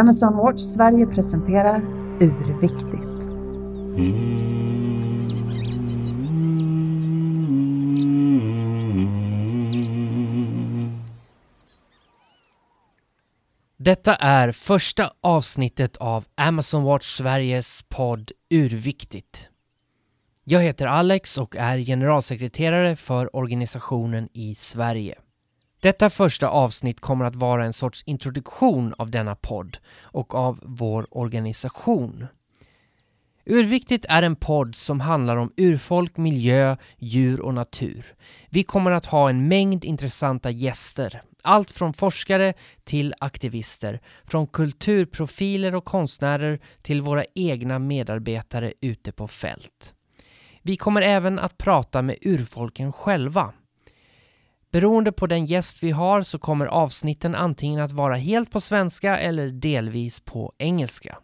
Amazon Watch Sverige presenterar Urviktigt. Detta är första avsnittet av Amazon Watch Sveriges podd Urviktigt. Jag heter Alex och är generalsekreterare för organisationen i Sverige. Detta första avsnitt kommer att vara en sorts introduktion av denna podd och av vår organisation. Urviktigt är en podd som handlar om urfolk, miljö, djur och natur. Vi kommer att ha en mängd intressanta gäster. Allt från forskare till aktivister, från kulturprofiler och konstnärer till våra egna medarbetare ute på fält. Vi kommer även att prata med urfolken själva. Beroende på den gäst vi har så kommer avsnitten antingen att vara helt på svenska eller delvis på engelska.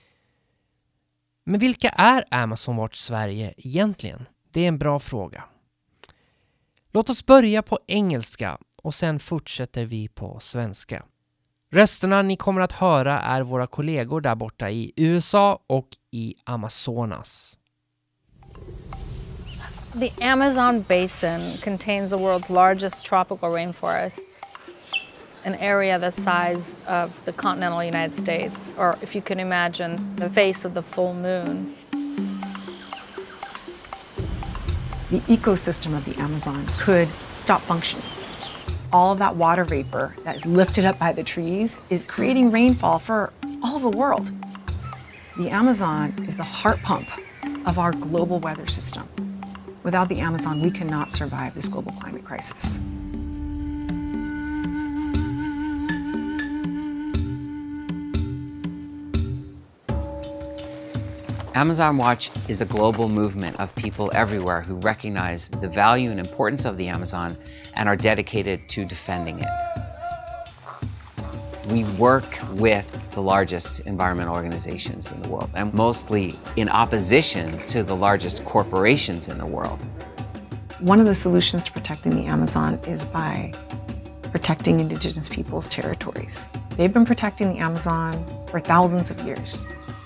Men vilka är Amazon Watch Sverige egentligen? Det är en bra fråga. Låt oss börja på engelska och sen fortsätter vi på svenska. Rösterna ni kommer att höra är våra kollegor där borta i USA och i Amazonas. The Amazon basin contains the world's largest tropical rainforest, an area the size of the continental United States, or if you can imagine, the face of the full moon. The ecosystem of the Amazon could stop functioning. All of that water vapor that is lifted up by the trees is creating rainfall for all of the world. The Amazon is the heart pump of our global weather system. Without the Amazon, we cannot survive this global climate crisis. Amazon Watch is a global movement of people everywhere who recognize the value and importance of the Amazon and are dedicated to defending it. We work with the largest environmental organizations in the world, and mostly in opposition to the largest corporations in the world. One of the solutions to protecting the Amazon is by protecting indigenous peoples' territories. They've been protecting the Amazon for thousands of years.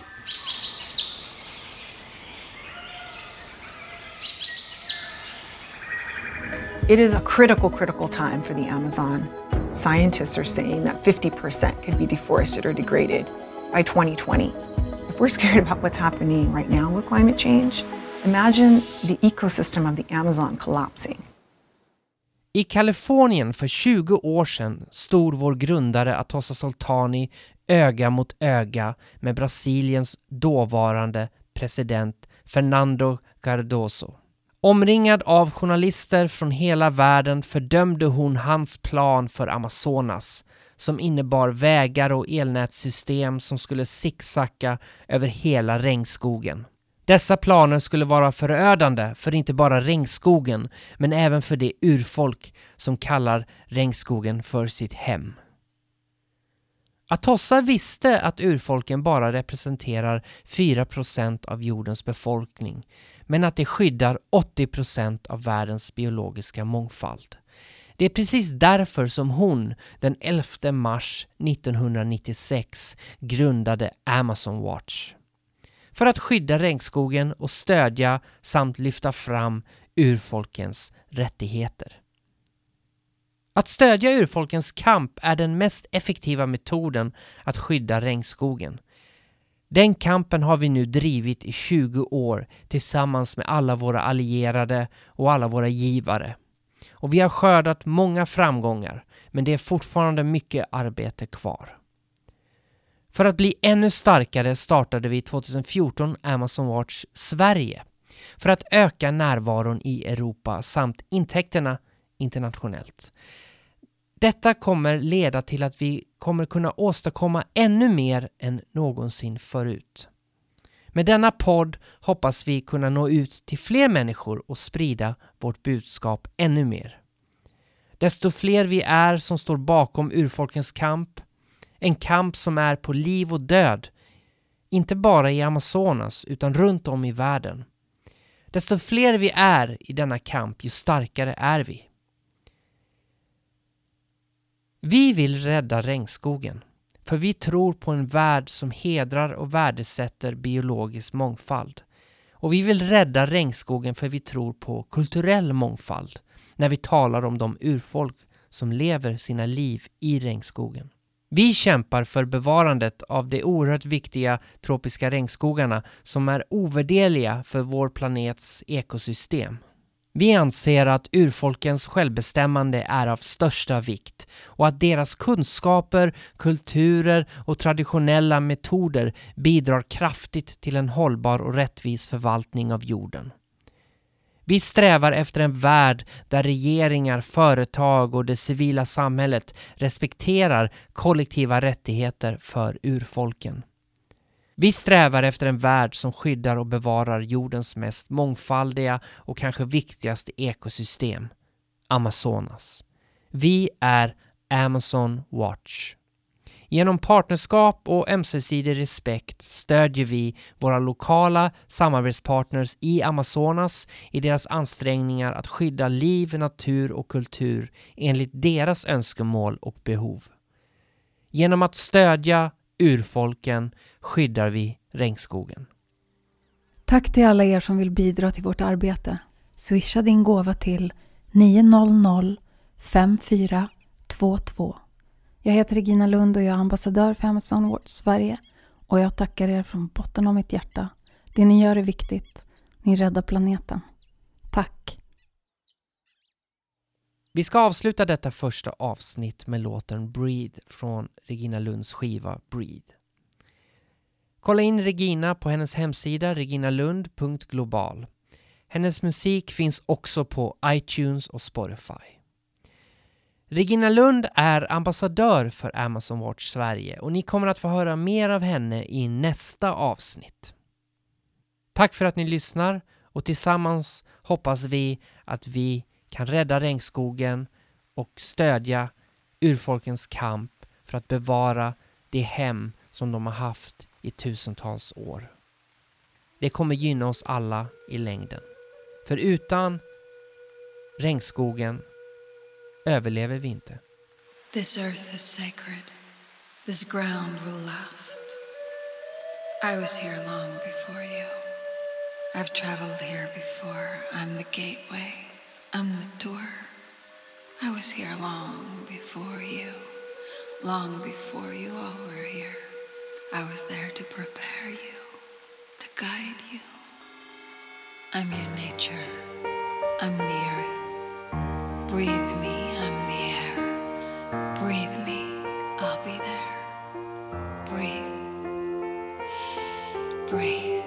It is a critical time for the Amazon. Scientists are saying that 50% could be deforested or degraded by 2020. If we're scared about what's happening right now with climate change, imagine the ecosystem of the Amazon collapsing. I Kalifornien för 20 år sedan stod vår grundare Atossa Soltani öga mot öga med Brasiliens dåvarande president Fernando Cardoso. Omringad av journalister från hela världen fördömde hon hans plan för Amazonas som innebar vägar och elnätssystem som skulle zigzacka över hela regnskogen. Dessa planer skulle vara förödande för inte bara regnskogen men även för det urfolk som kallar regnskogen för sitt hem. Atossa visste att urfolken bara representerar 4% av jordens befolkning, men att det skyddar 80% av världens biologiska mångfald. Det är precis därför som hon den 11 mars 1996 grundade Amazon Watch. För att skydda regnskogen och stödja samt lyfta fram urfolkens rättigheter. Att stödja urfolkens kamp är den mest effektiva metoden att skydda regnskogen. Den kampen har vi nu drivit i 20 år tillsammans med alla våra allierade och alla våra givare. Och vi har skördat många framgångar, men det är fortfarande mycket arbete kvar. För att bli ännu starkare startade vi 2014 Amazon Watch Sverige för att öka närvaron i Europa samt intäkterna internationellt. Detta kommer leda till att vi kommer kunna åstadkomma ännu mer än någonsin förut. Med denna podd hoppas vi kunna nå ut till fler människor och sprida vårt budskap ännu mer. Desto fler vi är som står bakom urfolkens kamp, en kamp som är på liv och död, inte bara i Amazonas utan runt om i världen. Desto fler vi är i denna kamp, ju starkare är vi. Vi vill rädda regnskogen. För vi tror på en värld som hedrar och värdesätter biologisk mångfald. Och vi vill rädda regnskogen för vi tror på kulturell mångfald när vi talar om de urfolk som lever sina liv i regnskogen. Vi kämpar för bevarandet av de oerhört viktiga tropiska regnskogarna som är ovärderliga för vår planets ekosystem. Vi anser att urfolkens självbestämmande är av största vikt och att deras kunskaper, kulturer och traditionella metoder bidrar kraftigt till en hållbar och rättvis förvaltning av jorden. Vi strävar efter en värld där regeringar, företag och det civila samhället respekterar kollektiva rättigheter för urfolken. Vi strävar efter en värld som skyddar och bevarar jordens mest mångfaldiga och kanske viktigaste ekosystem, Amazonas. Vi är Amazon Watch. Genom partnerskap och ömsesidig respekt stödjer vi våra lokala samarbetspartners i Amazonas i deras ansträngningar att skydda liv, natur och kultur enligt deras önskemål och behov. Genom att stödja urfolken skyddar vi regnskogen. Tack till alla er som vill bidra till vårt arbete. Swisha din gåva till 900 5422. Jag heter Regina Lund och jag är ambassadör för Amazon Watch Sverige. Och jag tackar er från botten av mitt hjärta. Det ni gör är viktigt. Ni räddar planeten. Tack! Vi ska avsluta detta första avsnitt med låten Breathe från Regina Lunds skiva Breathe. Kolla in Regina på hennes hemsida reginalund.global. Hennes musik finns också på iTunes och Spotify. Regina Lund är ambassadör för Amazon Watch Sverige och ni kommer att få höra mer av henne i nästa avsnitt. Tack för att ni lyssnar och tillsammans hoppas vi att vi kan rädda regnskogen och stödja urfolkens kamp för att bevara det hem som de har haft i tusentals år. Det kommer gynna oss alla i längden. För utan regnskogen överlever vi inte. This earth is sacred. This ground will last. I was here long before you. I've traveled here before. I'm the gateway. I'm the door. I was here long before you. Long before you all were here. I was there to prepare you, to guide you. I'm your nature. I'm the earth. Breathe me, I'm the air. Breathe me, I'll be there. Breathe. Breathe.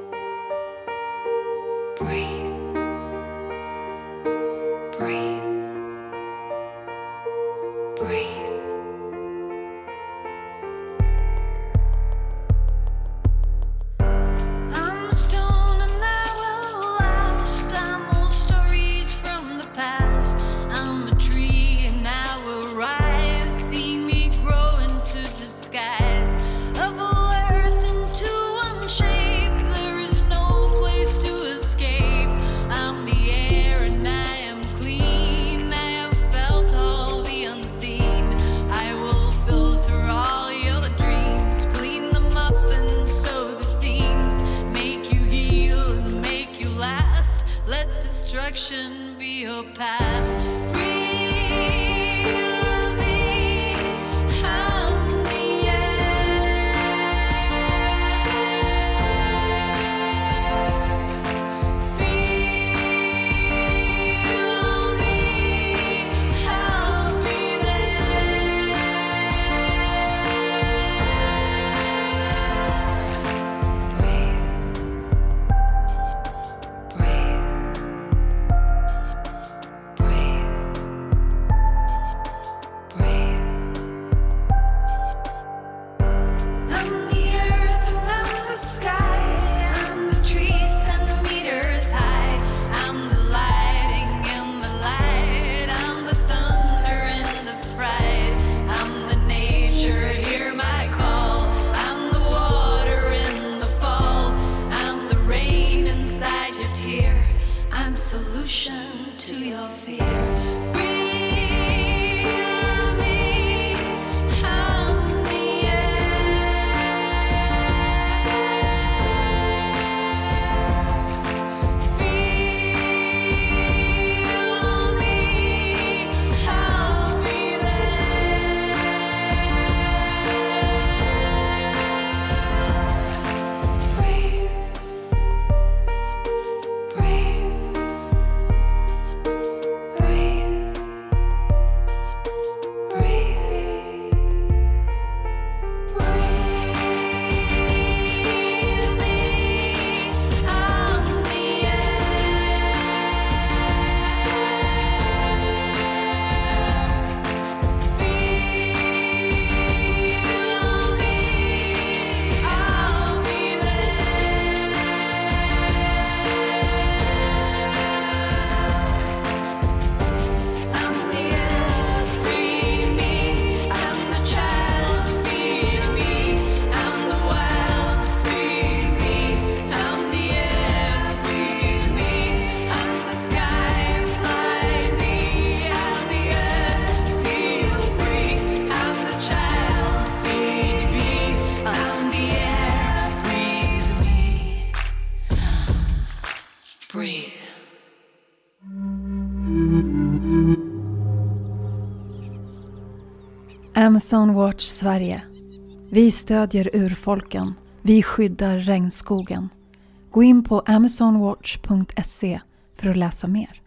Breathe. Breathe. Breathe. I'm a stone and I will last. I'm old stories from the past. I'm a tree and I will rise. See me grow into the skies. Of all earth into one shape. There is no place to escape. I'm the air and I am clean. I have felt all the unseen. I will filter all your dreams. Clean them up and sew the seams. Make you heal and make you last. Let destruction be your past. Breathe me, I'm the air. Feel me, I'll be there. Breathe. Breathe. Breathe. Breathe. I'm the earth and I'm the sky. I'm the trees 10 meters high. I'm the lighting in the light. I'm the thunder in the pride. I'm the nature, hear my call. I'm the water in the fall. I'm the rain inside your tear. I'm solution to your fear. Breathe me, I'm the Amazon Watch Sverige. Vi stödjer urfolken. Vi skyddar regnskogen. Gå in på amazonwatch.se för att läsa mer.